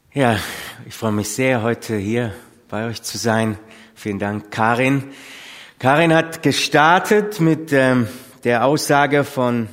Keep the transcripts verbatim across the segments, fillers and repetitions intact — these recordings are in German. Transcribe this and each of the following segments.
Ja, ich freue mich sehr, heute hier bei euch zu sein. Vielen Dank, Karin. Karin hat gestartet mit ähm, der Aussage von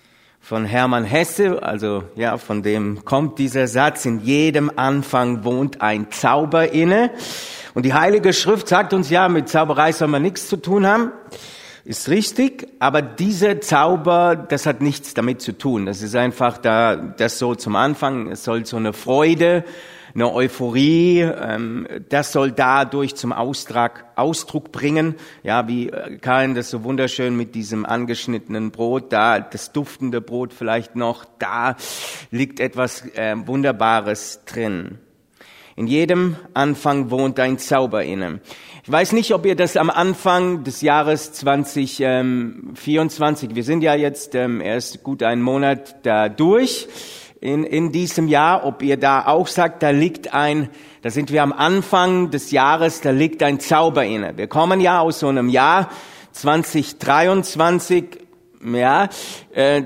von Hermann Hesse, also ja, von dem kommt dieser Satz: In jedem Anfang wohnt ein Zauber inne. Und die Heilige Schrift sagt uns ja, mit Zauberei soll man nichts zu tun haben. Ist richtig, aber dieser Zauber, das hat nichts damit zu tun. Das ist einfach da, das so zum Anfang, es soll so eine Freude, eine Euphorie, ähm, das soll dadurch zum Ausdruck, Ausdruck bringen. Ja, wie Karin das so wunderschön mit diesem angeschnittenen Brot, da das duftende Brot vielleicht noch, da liegt etwas äh, Wunderbares drin. In jedem Anfang wohnt ein Zauber inne. Ich weiß nicht, ob ihr das am Anfang des Jahres zwanzig vierundzwanzig, wir sind ja jetzt ähm, erst gut einen Monat da durch in, in diesem Jahr, ob ihr da auch sagt, da liegt ein, da sind wir am Anfang des Jahres, da liegt ein Zauber inne. Wir kommen ja aus so einem Jahr zwanzig dreiundzwanzig, ja, äh,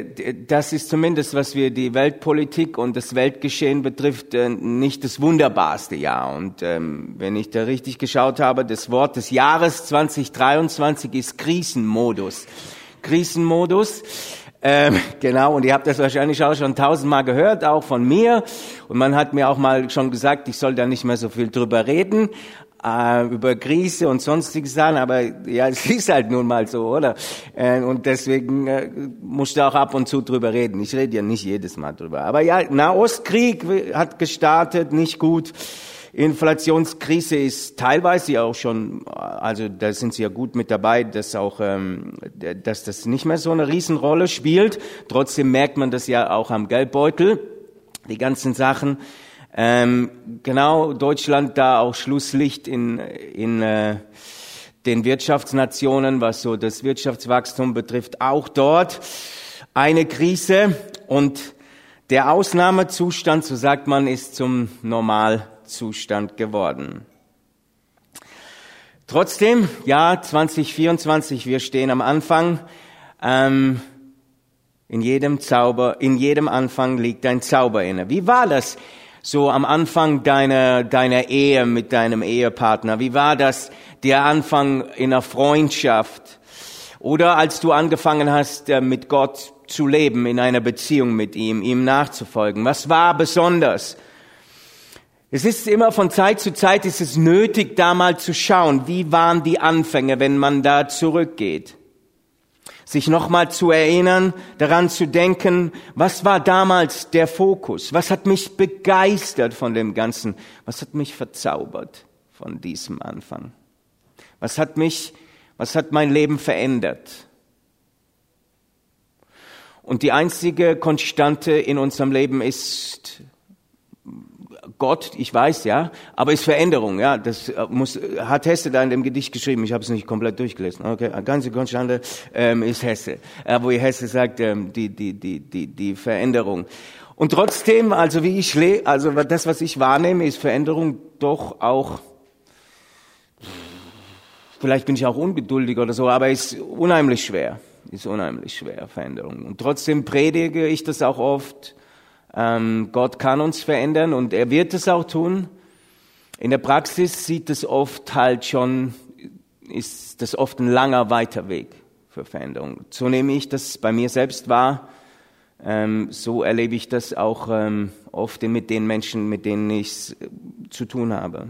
das ist zumindest, was wir die Weltpolitik und das Weltgeschehen betrifft, äh, nicht das wunderbarste Jahr. Und ähm, wenn ich da richtig geschaut habe, das Wort des Jahres zwanzig dreiundzwanzig ist Krisenmodus. Krisenmodus, ähm, genau. Und ihr habt das wahrscheinlich auch schon tausendmal gehört, auch von mir. Und man hat mir auch mal schon gesagt, ich soll da nicht mehr so viel drüber reden. Äh, über Krise und sonstige Sachen, aber ja, es ist halt nun mal so, oder? Äh, und deswegen äh, musst du auch ab und zu drüber reden. Ich rede ja nicht jedes Mal drüber. Aber ja, Nahostkrieg hat gestartet, nicht gut. Inflationskrise ist teilweise ja auch schon, also da sind sie ja gut mit dabei, dass auch, ähm, dass das nicht mehr so eine Riesenrolle spielt. Trotzdem merkt man das ja auch am Geldbeutel, die ganzen Sachen. Ähm, genau, Deutschland da auch Schlusslicht in, in äh, den Wirtschaftsnationen, was so das Wirtschaftswachstum betrifft, auch dort eine Krise. Und der Ausnahmezustand, so sagt man, ist zum Normalzustand geworden. Trotzdem, ja, zwanzig vierundzwanzig, wir stehen am Anfang. Ähm, in jedem Zauber, in jedem Anfang liegt ein Zauber inne. Wie war das? So am Anfang deiner, deiner Ehe mit deinem Ehepartner. Wie war das, der Anfang in einer Freundschaft? Oder als du angefangen hast, mit Gott zu leben, in einer Beziehung mit ihm, ihm nachzufolgen. Was war besonders? Es ist immer von Zeit zu Zeit, ist es nötig, da mal zu schauen, wie waren die Anfänge, wenn man da zurückgeht. Sich nochmal zu erinnern, daran zu denken, was war damals der Fokus? Was hat mich begeistert von dem Ganzen? Was hat mich verzaubert von diesem Anfang? Was hat mich, was hat mein Leben verändert? Und die einzige Konstante in unserem Leben ist Gott, ich weiß, ja, aber ist Veränderung, ja, das muss, hat Hesse da in dem Gedicht geschrieben, ich habe es nicht komplett durchgelesen, okay, eine ganze Konstante ähm, ist Hesse, äh, wo Hesse sagt, ähm, die, die, die, die, die Veränderung. Und trotzdem, also wie ich lebe, also das, was ich wahrnehme, ist Veränderung doch auch, vielleicht bin ich auch ungeduldig oder so, aber ist unheimlich schwer, ist unheimlich schwer, Veränderung. Und trotzdem predige ich das auch oft. Ähm, Gott kann uns verändern und er wird es auch tun. In der Praxis sieht es oft halt schon, ist das oft ein langer, weiter Weg für Veränderung. So nehme ich das bei mir selbst wahr. Ähm, so erlebe ich das auch ähm, oft mit den Menschen, mit denen ich zu tun habe.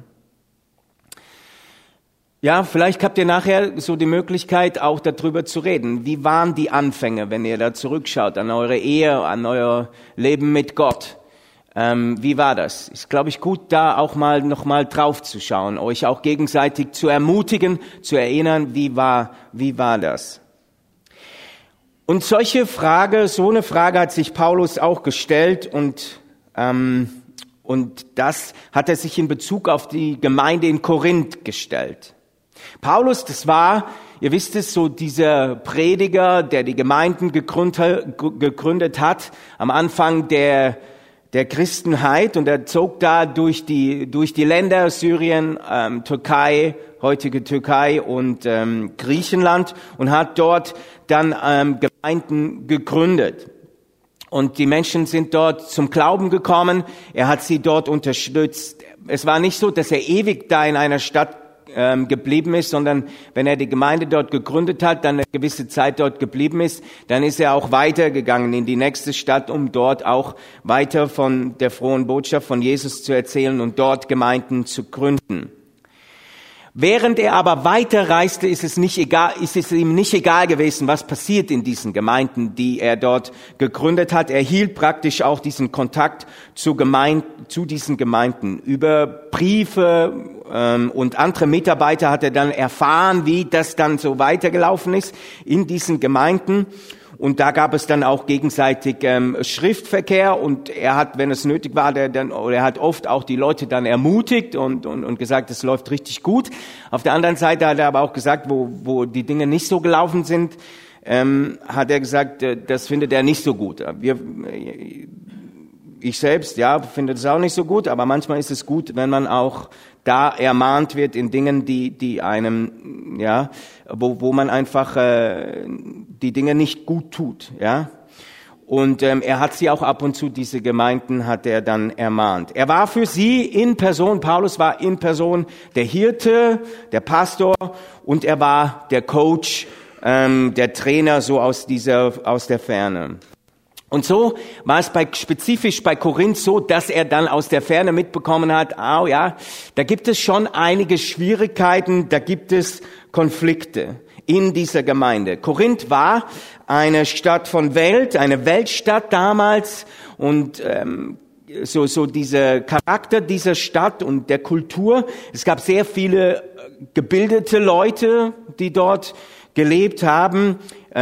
Ja, vielleicht habt ihr nachher so die Möglichkeit, auch darüber zu reden. Wie waren die Anfänge, wenn ihr da zurückschaut, an eure Ehe, an euer Leben mit Gott? Ähm, wie war das? Ist, glaube ich, gut, da auch mal noch mal drauf zu schauen, euch auch gegenseitig zu ermutigen, zu erinnern, wie war, wie war das? Und solche Frage, so eine Frage hat sich Paulus auch gestellt und ähm, und das hat er sich in Bezug auf die Gemeinde in Korinth gestellt. Paulus, das war, ihr wisst es, so dieser Prediger, der die Gemeinden gegründet hat, am Anfang der, der Christenheit, und er zog da durch die, durch die Länder Syrien, ähm, Türkei, heutige Türkei und ähm, Griechenland und hat dort dann ähm, Gemeinden gegründet. Und die Menschen sind dort zum Glauben gekommen. Er hat sie dort unterstützt. Es war nicht so, dass er ewig da in einer Stadt ähm, geblieben ist, sondern wenn er die Gemeinde dort gegründet hat, dann eine gewisse Zeit dort geblieben ist, dann ist er auch weitergegangen in die nächste Stadt, um dort auch weiter von der frohen Botschaft von Jesus zu erzählen und dort Gemeinden zu gründen. Während er aber weiterreiste, ist es nicht egal, ist es ihm nicht egal gewesen, was passiert in diesen Gemeinden, die er dort gegründet hat. Er hielt praktisch auch diesen Kontakt zu Gemeinden, zu diesen Gemeinden. Über Briefe ähm, und andere Mitarbeiter hat er dann erfahren, wie das dann so weitergelaufen ist in diesen Gemeinden. Und da gab es dann auch gegenseitig ähm, Schriftverkehr und er hat, wenn es nötig war, der dann, oder er hat oft auch die Leute dann ermutigt und, und, und gesagt, es läuft richtig gut. Auf der anderen Seite hat er aber auch gesagt, wo, wo die Dinge nicht so gelaufen sind, ähm, hat er gesagt, äh, das findet er nicht so gut. Wir, ich selbst, ja, finde das auch nicht so gut, aber manchmal ist es gut, wenn man auch da ermahnt wird in Dingen, die, die einem, ja, wo, wo man einfach äh, die Dinge nicht gut tut, ja. Und ähm, er hat sie auch ab und zu, diese Gemeinden hat er dann ermahnt. Er war für sie in Person, Paulus war in Person der Hirte, der Pastor und er war der Coach, ähm, der Trainer so aus dieser, aus der Ferne. Und so war es bei, spezifisch bei Korinth so, dass er dann aus der Ferne mitbekommen hat, oh ja, da gibt es schon einige Schwierigkeiten, da gibt es Konflikte in dieser Gemeinde. Korinth war eine Stadt von Welt, eine Weltstadt damals und ähm, so so dieser Charakter dieser Stadt und der Kultur. Es gab sehr viele gebildete Leute, die dort gelebt haben,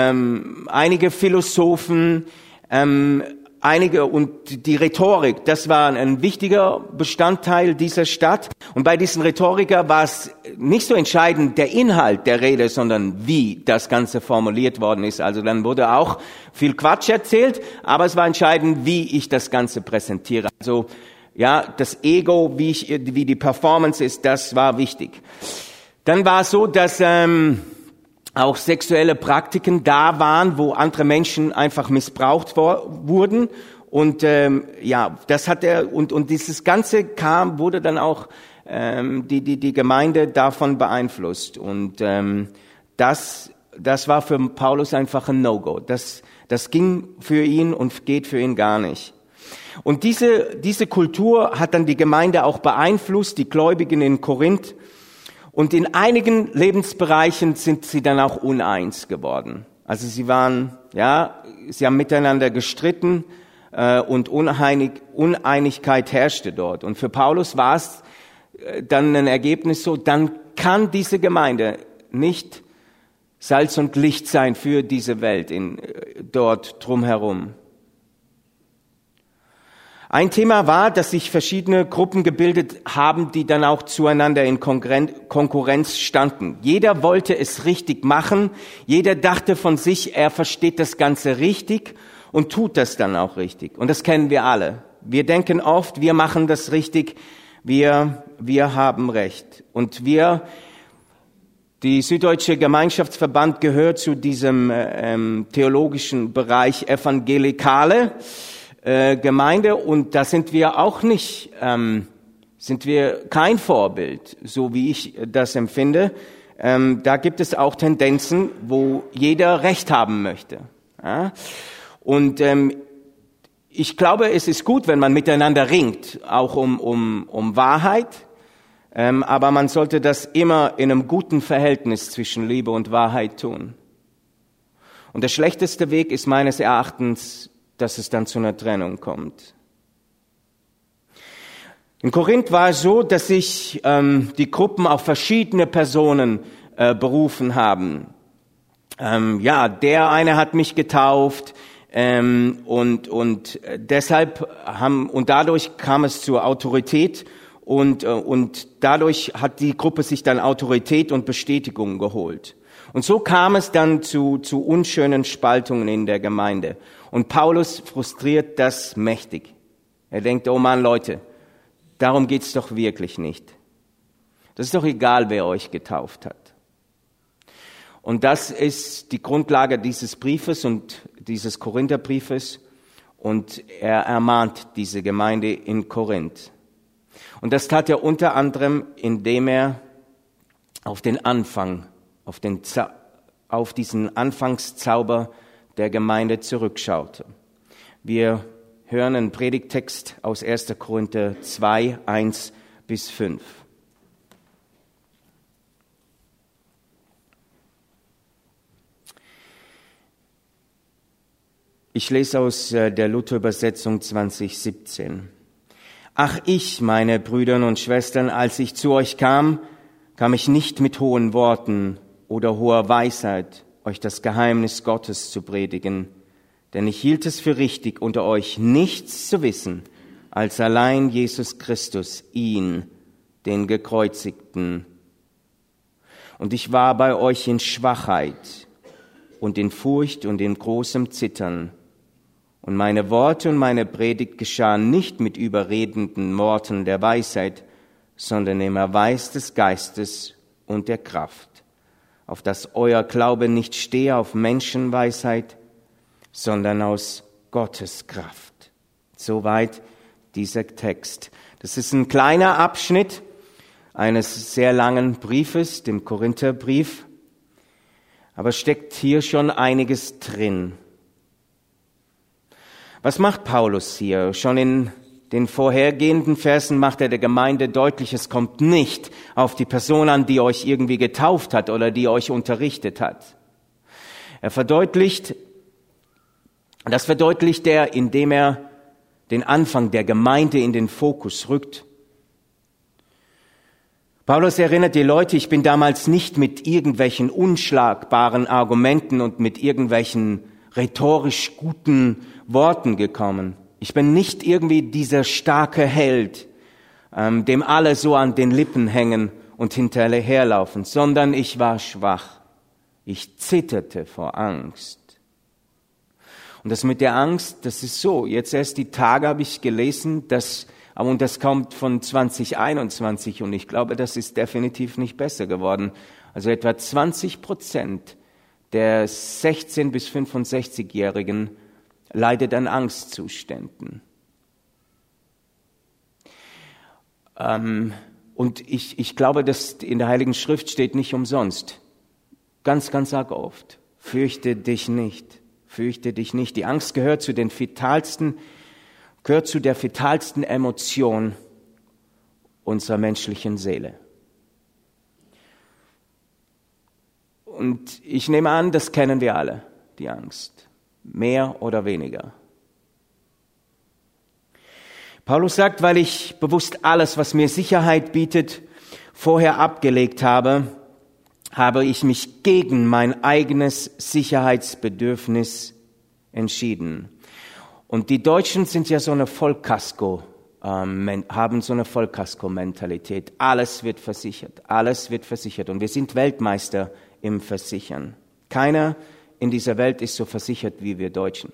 ähm, einige Philosophen, Ähm, einige und die Rhetorik, das war ein wichtiger Bestandteil dieser Stadt. Und bei diesen Rhetorikern war es nicht so entscheidend der Inhalt der Rede, sondern wie das Ganze formuliert worden ist. Also dann wurde auch viel Quatsch erzählt, aber es war entscheidend, wie ich das Ganze präsentiere. Also ja, das Ego, wie ich, wie die Performance ist, das war wichtig. Dann war es so, dass ähm, auch sexuelle Praktiken da waren, wo andere Menschen einfach missbraucht vor, wurden und ähm, ja, das hat er und und dieses Ganze kam, wurde dann auch ähm, die die die Gemeinde davon beeinflusst und ähm, das das war für Paulus einfach ein No-Go. Das das ging für ihn und geht für ihn gar nicht. Und diese diese Kultur hat dann die Gemeinde auch beeinflusst, die Gläubigen in Korinth. Und in einigen Lebensbereichen sind sie dann auch uneins geworden. Also sie waren, ja, sie haben miteinander gestritten äh, und Uneinig, Uneinigkeit herrschte dort. Und für Paulus war es äh, dann ein Ergebnis so, dann kann diese Gemeinde nicht Salz und Licht sein für diese Welt in, äh, dort drumherum. Ein Thema war, dass sich verschiedene Gruppen gebildet haben, die dann auch zueinander in Konkurrenz standen. Jeder wollte es richtig machen. Jeder dachte von sich, er versteht das Ganze richtig und tut das dann auch richtig. Und das kennen wir alle. Wir denken oft, wir machen das richtig, wir, wir haben Recht. Und wir, die Süddeutsche Gemeinschaftsverband gehört zu diesem ähm, theologischen Bereich Evangelikale Gemeinde und da sind wir auch nicht, ähm, sind wir kein Vorbild, so wie ich das empfinde. Ähm, da gibt es auch Tendenzen, wo jeder Recht haben möchte. Ja? Und ähm, ich glaube, es ist gut, wenn man miteinander ringt, auch um um um Wahrheit. Ähm, aber man sollte das immer in einem guten Verhältnis zwischen Liebe und Wahrheit tun. Und der schlechteste Weg ist meines Erachtens, dass es dann zu einer Trennung kommt. In Korinth war es so, dass sich ähm, die Gruppen auf verschiedene Personen äh, berufen haben. Ähm, ja, der eine hat mich getauft ähm, und und deshalb haben und dadurch kam es zur Autorität und äh, und dadurch hat die Gruppe sich dann Autorität und Bestätigung geholt. Und so kam es dann zu zu unschönen Spaltungen in der Gemeinde. Und Paulus frustriert das mächtig. Er denkt, oh Mann, Leute, darum geht's doch wirklich nicht. Das ist doch egal, wer euch getauft hat. Und das ist die Grundlage dieses Briefes und dieses Korintherbriefes. und er ermahnt diese Gemeinde in Korinth. Und das tat er unter anderem, indem er auf den Anfang, auf, den, auf diesen Anfangszauber der Gemeinde zurückschaute. Wir hören einen Predigttext aus erster Korinther zwei, eins bis fünf. Ich lese aus der Luther-Übersetzung zwanzig siebzehn. Ach ich, meine Brüder und Schwestern, als ich zu euch kam, kam ich nicht mit hohen Worten oder hoher Weisheit, euch das Geheimnis Gottes zu predigen, denn ich hielt es für richtig, unter euch nichts zu wissen, als allein Jesus Christus, ihn, den Gekreuzigten. Und ich war bei euch in Schwachheit und in Furcht und in großem Zittern. Und meine Worte und meine Predigt geschahen nicht mit überredenden Worten der Weisheit, sondern im Erweis des Geistes und der Kraft, auf dass euer Glaube nicht stehe auf Menschenweisheit, sondern aus Gottes Kraft. Soweit dieser Text. Das ist ein kleiner Abschnitt eines sehr langen Briefes, dem Korintherbrief, aber steckt hier schon einiges drin. Was macht Paulus hier? Schon in den vorhergehenden Versen macht er der Gemeinde deutlich, es kommt nicht auf die Person an, die euch irgendwie getauft hat oder die euch unterrichtet hat. Er verdeutlicht, das verdeutlicht er, indem er den Anfang der Gemeinde in den Fokus rückt. Paulus erinnert die Leute, ich bin damals nicht mit irgendwelchen unschlagbaren Argumenten und mit irgendwelchen rhetorisch guten Worten gekommen. Ich bin nicht irgendwie dieser starke Held, ähm, dem alle so an den Lippen hängen und hinterherlaufen, sondern ich war schwach. Ich zitterte vor Angst. Und das mit der Angst, das ist so. Jetzt erst die Tage habe ich gelesen, dass, und das kommt von zwanzig einundzwanzig und ich glaube, das ist definitiv nicht besser geworden. Also etwa zwanzig Prozent der sechzehn- bis fünfundsechzigjährigen leidet an Angstzuständen. Ähm, und ich, ich glaube, dass in der Heiligen Schrift steht nicht umsonst. Ganz, ganz arg oft. Fürchte dich nicht. Fürchte dich nicht. Die Angst gehört zu den vitalsten, gehört zu der vitalsten Emotion unserer menschlichen Seele. Und ich nehme an, das kennen wir alle, die Angst. Mehr oder weniger. Paulus sagt, weil ich bewusst alles, was mir Sicherheit bietet, vorher abgelegt habe, habe ich mich gegen mein eigenes Sicherheitsbedürfnis entschieden. Und die Deutschen sind ja so eine Vollkasko, ähm, haben so eine Vollkasko-Mentalität. Alles wird versichert, alles wird versichert. Und wir sind Weltmeister im Versichern. Keiner in dieser Welt ist so versichert wie wir Deutschen.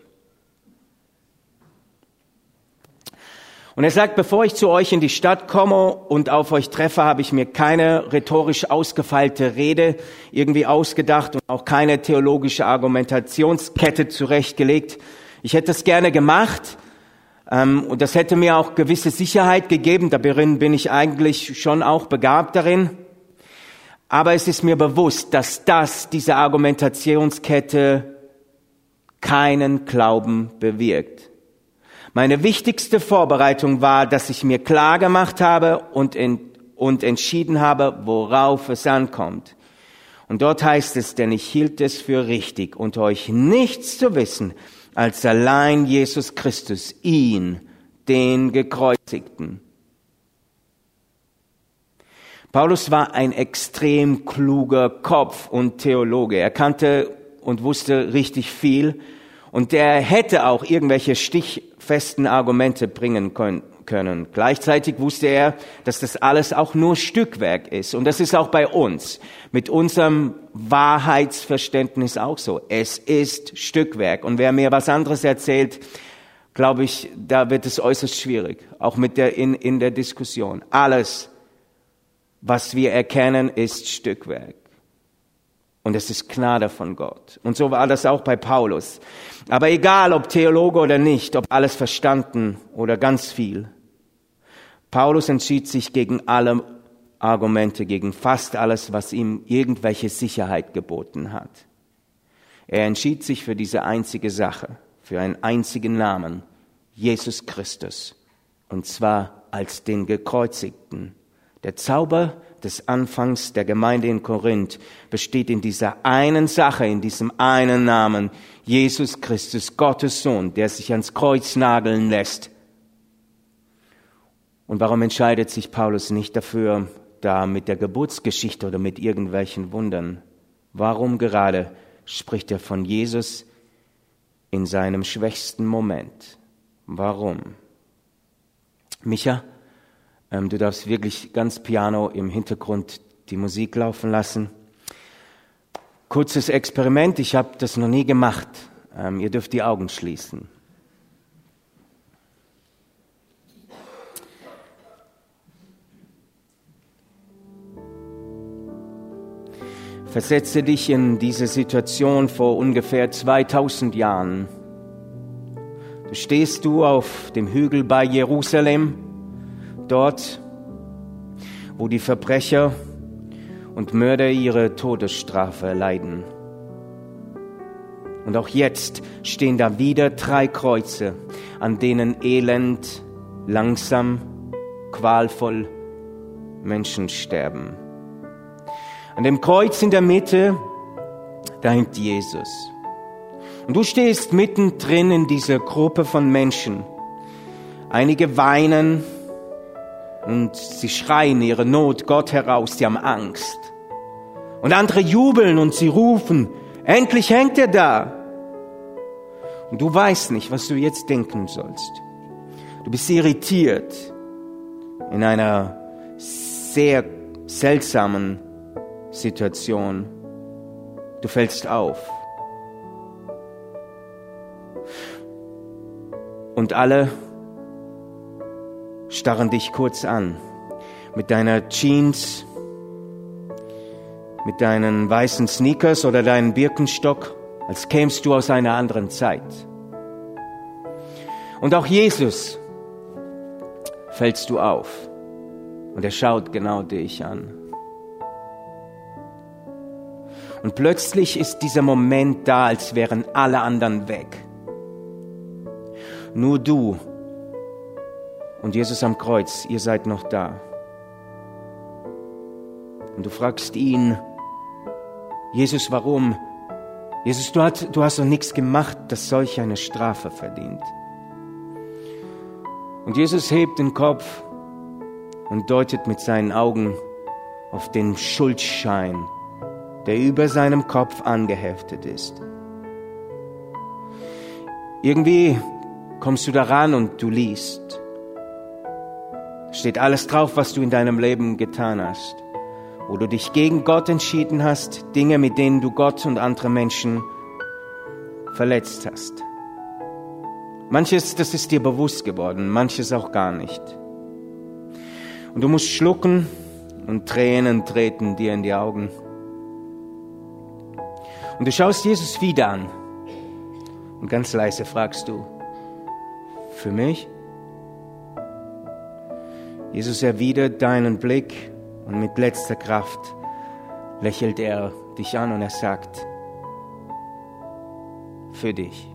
Und er sagt, bevor ich zu euch in die Stadt komme und auf euch treffe, habe ich mir keine rhetorisch ausgefeilte Rede irgendwie ausgedacht und auch keine theologische Argumentationskette zurechtgelegt. Ich hätte es gerne gemacht ähm, und das hätte mir auch gewisse Sicherheit gegeben. Darin bin ich eigentlich schon auch begabt darin. Aber es ist mir bewusst, dass das, diese Argumentationskette, keinen Glauben bewirkt. Meine wichtigste Vorbereitung war, dass ich mir klar gemacht habe und, in, und entschieden habe, worauf es ankommt. Und dort heißt es, denn ich hielt es für richtig, unter euch nichts zu wissen, als allein Jesus Christus, ihn, den Gekreuzigten. Paulus war ein extrem kluger Kopf und Theologe. Er kannte und wusste richtig viel und er hätte auch irgendwelche stichfesten Argumente bringen können. Gleichzeitig wusste er, dass das alles auch nur Stückwerk ist und das ist auch bei uns mit unserem Wahrheitsverständnis auch so. Es ist Stückwerk und wer mir was anderes erzählt, glaube ich, da wird es äußerst schwierig, auch mit der in in der Diskussion. Alles was wir erkennen, ist Stückwerk. Und es ist Gnade von Gott. Und so war das auch bei Paulus. Aber egal, ob Theologe oder nicht, ob alles verstanden oder ganz viel. Paulus entschied sich gegen alle Argumente, gegen fast alles, was ihm irgendwelche Sicherheit geboten hat. Er entschied sich für diese einzige Sache, für einen einzigen Namen, Jesus Christus. Und zwar als den Gekreuzigten. Der Zauber des Anfangs der Gemeinde in Korinth besteht in dieser einen Sache, in diesem einen Namen, Jesus Christus, Gottes Sohn, der sich ans Kreuz nageln lässt. Und warum entscheidet sich Paulus nicht dafür, da mit der Geburtsgeschichte oder mit irgendwelchen Wundern? Warum gerade spricht er von Jesus in seinem schwächsten Moment? Warum? Micha, ähm, du darfst wirklich ganz piano im Hintergrund die Musik laufen lassen. Kurzes Experiment, ich habe das noch nie gemacht. Ähm, ihr dürft die Augen schließen. Versetze dich in diese Situation vor ungefähr zweitausend Jahren. Du stehst du auf dem Hügel bei Jerusalem, dort, wo die Verbrecher und Mörder ihre Todesstrafe erleiden. Und auch jetzt stehen da wieder drei Kreuze, an denen elend, langsam, qualvoll Menschen sterben. An dem Kreuz in der Mitte, da hängt Jesus. Und du stehst mittendrin in dieser Gruppe von Menschen. Einige weinen und sie schreien ihre Not Gott heraus, sie haben Angst. Und andere jubeln und sie rufen, endlich hängt er da. Und du weißt nicht, was du jetzt denken sollst. Du bist irritiert in einer sehr seltsamen Situation. Du fällst auf. Und alle starren dich kurz an. Mit deiner Jeans, mit deinen weißen Sneakers oder deinem Birkenstock, als kämst du aus einer anderen Zeit. Und auch Jesus fällst du auf. Und er schaut genau dich an. Und plötzlich ist dieser Moment da, als wären alle anderen weg. Nur du und Jesus am Kreuz, ihr seid noch da. Und du fragst ihn, Jesus, warum? Jesus, du hast, du hast doch nichts gemacht, das solch eine Strafe verdient. Und Jesus hebt den Kopf und deutet mit seinen Augen auf den Schuldschein, der über seinem Kopf angeheftet ist. Irgendwie kommst du daran und du liest. Steht alles drauf, was du in deinem Leben getan hast. Wo du dich gegen Gott entschieden hast, Dinge, mit denen du Gott und andere Menschen verletzt hast. Manches, das ist dir bewusst geworden, manches auch gar nicht. Und du musst schlucken und Tränen treten dir in die Augen. Und du schaust Jesus wieder an und ganz leise fragst du, für mich? Jesus erwidert deinen Blick und mit letzter Kraft lächelt er dich an und er sagt, für dich.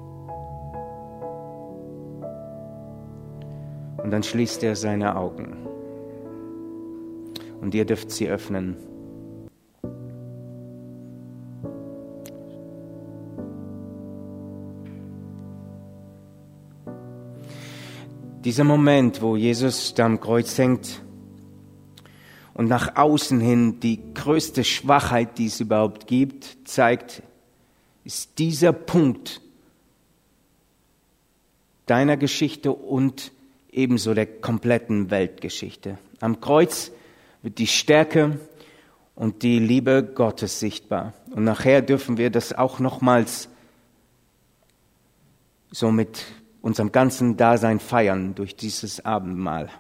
Und dann schließt er seine Augen und ihr dürft sie öffnen. Dieser Moment, wo Jesus da am Kreuz hängt und nach außen hin die größte Schwachheit, die es überhaupt gibt, zeigt, ist dieser Punkt deiner Geschichte und ebenso der kompletten Weltgeschichte. Am Kreuz wird die Stärke und die Liebe Gottes sichtbar. Und nachher dürfen wir das auch nochmals so mit unserem ganzen Dasein feiern durch dieses Abendmahl.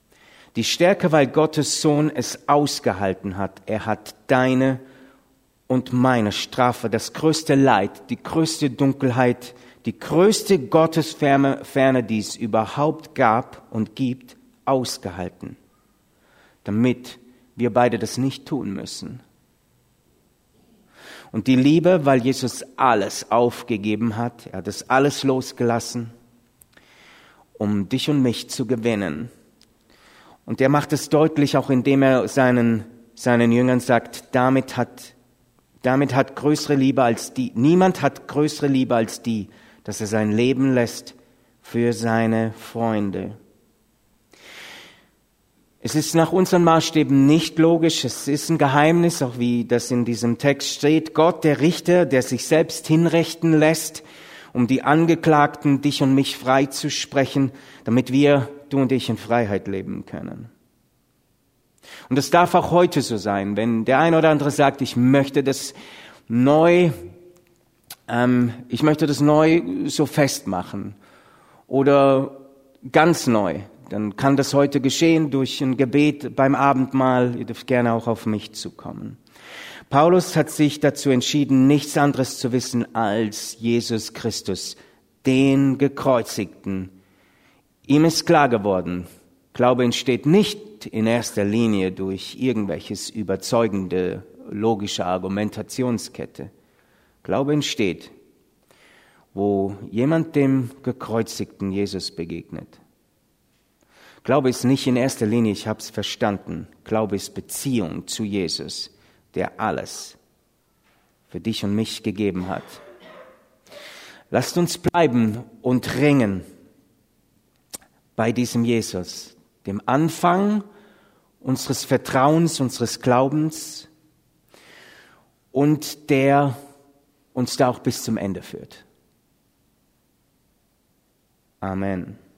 Die Stärke, weil Gottes Sohn es ausgehalten hat. Er hat deine und meine Strafe, das größte Leid, die größte Dunkelheit, die größte Gottesferne, die es überhaupt gab und gibt, ausgehalten, damit wir beide das nicht tun müssen. Und die Liebe, weil Jesus alles aufgegeben hat, er hat es alles losgelassen, um dich und mich zu gewinnen. Und er macht es deutlich, auch indem er seinen, seinen Jüngern sagt, damit hat, damit hat größere Liebe als die, niemand hat größere Liebe als die, dass er sein Leben lässt für seine Freunde. Es ist nach unseren Maßstäben nicht logisch, es ist ein Geheimnis, auch wie das in diesem Text steht. Gott, der Richter, der sich selbst hinrichten lässt, um die Angeklagten, dich und mich freizusprechen, damit wir, du und ich, in Freiheit leben können. Und es darf auch heute so sein, wenn der eine oder andere sagt, ich möchte das neu, ähm, ich möchte das neu so festmachen oder ganz neu. Dann kann das heute geschehen durch ein Gebet beim Abendmahl. Ihr dürft gerne auch auf mich zukommen. Paulus hat sich dazu entschieden, nichts anderes zu wissen als Jesus Christus, den Gekreuzigten. Ihm ist klar geworden, Glaube entsteht nicht in erster Linie durch irgendwelches überzeugende, logische Argumentationskette. Glaube entsteht, wo jemand dem gekreuzigten Jesus begegnet. Glaube ist nicht in erster Linie, ich habe es verstanden. Glaube ist Beziehung zu Jesus, der alles für dich und mich gegeben hat. Lasst uns bleiben und ringen bei diesem Jesus, dem Anfang unseres Vertrauens, unseres Glaubens und der uns da auch bis zum Ende führt. Amen.